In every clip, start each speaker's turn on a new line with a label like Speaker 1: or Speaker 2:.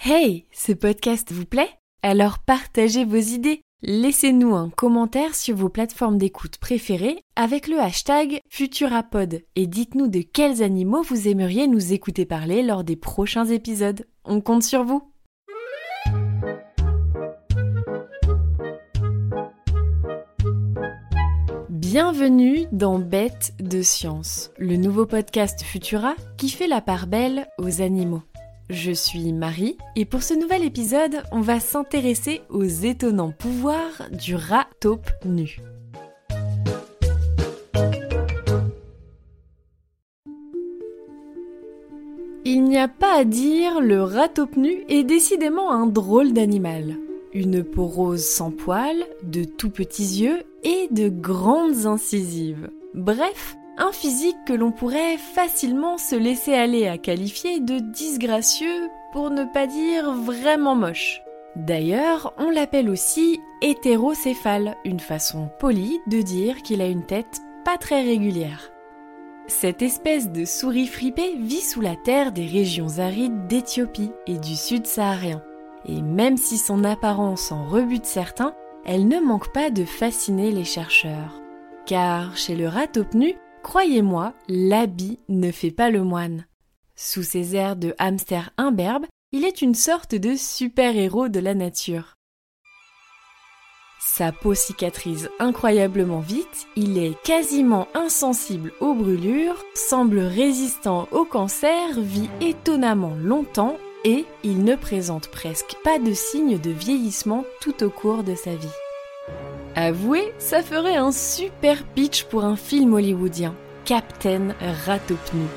Speaker 1: Hey, ce podcast vous plaît? Alors partagez vos idées. Laissez-nous un commentaire sur vos plateformes d'écoute préférées avec le hashtag Futurapod et dites-nous de quels animaux vous aimeriez nous écouter parler lors des prochains épisodes. On compte sur vous. Bienvenue dans Bêtes de Science, le nouveau podcast Futura qui fait la part belle aux animaux. Je suis Marie et pour ce nouvel épisode, on va s'intéresser aux étonnants pouvoirs du rat taupe nu. Il n'y a pas à dire, le rat taupe nu est décidément un drôle d'animal. Une peau rose sans poils, de tout petits yeux et de grandes incisives. Bref, un physique que l'on pourrait facilement se laisser aller à qualifier de disgracieux, pour ne pas dire vraiment moche. D'ailleurs, on l'appelle aussi hétérocéphale, une façon polie de dire qu'il a une tête pas très régulière. Cette espèce de souris fripée vit sous la terre des régions arides d'Éthiopie et du sud saharien. Et même si son apparence en rebute certains, elle ne manque pas de fasciner les chercheurs. Car chez le rat taupe nu, croyez-moi, l'habit ne fait pas le moine. Sous ses airs de hamster imberbe, il est une sorte de super-héros de la nature. Sa peau cicatrise incroyablement vite, il est quasiment insensible aux brûlures, semble résistant au cancer, vit étonnamment longtemps et il ne présente presque pas de signes de vieillissement tout au cours de sa vie. Avouez, ça ferait un super pitch pour un film hollywoodien, Captain Rat taupe nu.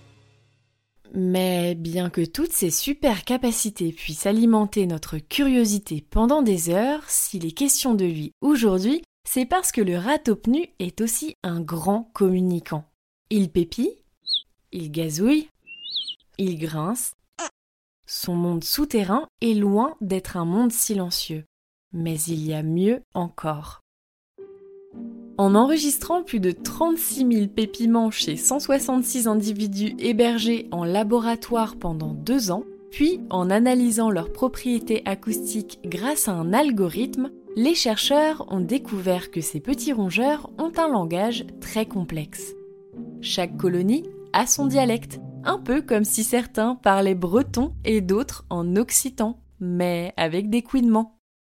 Speaker 1: Mais bien que toutes ces super capacités puissent alimenter notre curiosité pendant des heures, s'il est question de lui aujourd'hui, c'est parce que le rat taupe nu est aussi un grand communicant. Il pépie, il gazouille, il grince. Son monde souterrain est loin d'être un monde silencieux. Mais il y a mieux encore. En enregistrant plus de 36 000 pépiments chez 166 individus hébergés en laboratoire pendant 2 ans, puis en analysant leurs propriétés acoustiques grâce à un algorithme, les chercheurs ont découvert que ces petits rongeurs ont un langage très complexe. Chaque colonie a son dialecte, un peu comme si certains parlaient breton et d'autres en occitan, mais avec des couinements.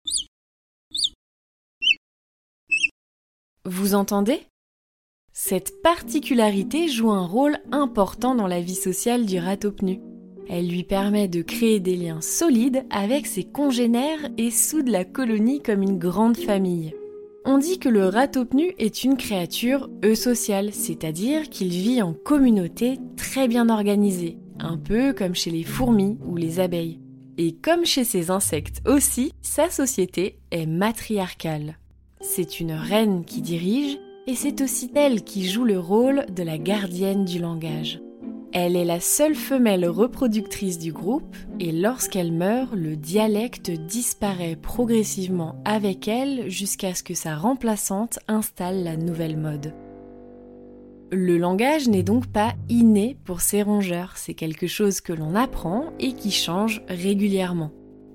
Speaker 1: Vous entendez? Cette particularité joue un rôle important dans la vie sociale du rat taupe nu. Elle lui permet de créer des liens solides avec ses congénères et soude la colonie comme une grande famille. On dit que le rat taupe nu est une créature eusociale, c'est-à-dire qu'il vit en communauté très bien organisée, un peu comme chez les fourmis ou les abeilles. Et comme chez ces insectes aussi, sa société est matriarcale. C'est une reine qui dirige et c'est aussi elle qui joue le rôle de la gardienne du langage. Elle est la seule femelle reproductrice du groupe et lorsqu'elle meurt, le dialecte disparaît progressivement avec elle jusqu'à ce que sa remplaçante installe la nouvelle mode. Le langage n'est donc pas inné pour ces rongeurs, c'est quelque chose que l'on apprend et qui change régulièrement.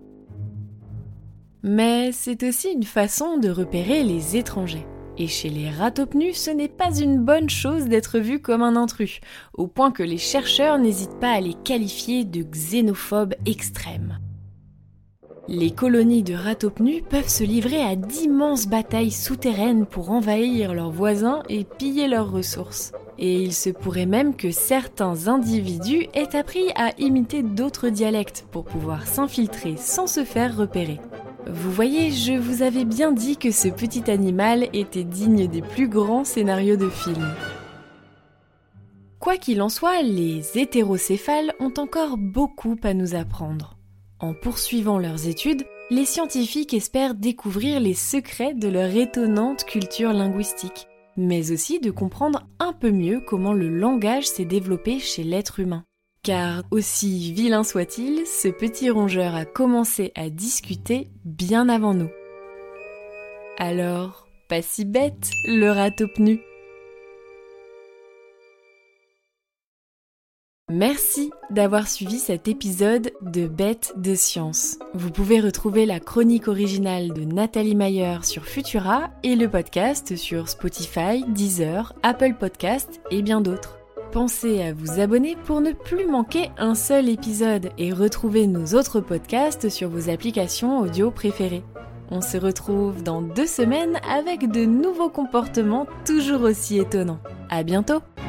Speaker 1: Mais c'est aussi une façon de repérer les étrangers. Et chez les rats taupe nus, ce n'est pas une bonne chose d'être vu comme un intrus, au point que les chercheurs n'hésitent pas à les qualifier de xénophobes extrêmes. Les colonies de rats taupe nus peuvent se livrer à d'immenses batailles souterraines pour envahir leurs voisins et piller leurs ressources. Et il se pourrait même que certains individus aient appris à imiter d'autres dialectes pour pouvoir s'infiltrer sans se faire repérer. Vous voyez, je vous avais bien dit que ce petit animal était digne des plus grands scénarios de films. Quoi qu'il en soit, les hétérocéphales ont encore beaucoup à nous apprendre. En poursuivant leurs études, les scientifiques espèrent découvrir les secrets de leur étonnante culture linguistique, mais aussi de comprendre un peu mieux comment le langage s'est développé chez l'être humain. Car, aussi vilain soit-il, ce petit rongeur a commencé à discuter bien avant nous. Alors, pas si bête, le rat taupe nu. Merci d'avoir suivi cet épisode de Bêtes de Science. Vous pouvez retrouver la chronique originale de Nathalie Mayer sur Futura et le podcast sur Spotify, Deezer, Apple Podcast et bien d'autres. Pensez à vous abonner pour ne plus manquer un seul épisode et retrouver nos autres podcasts sur vos applications audio préférées. On se retrouve dans 2 semaines avec de nouveaux comportements toujours aussi étonnants. À bientôt!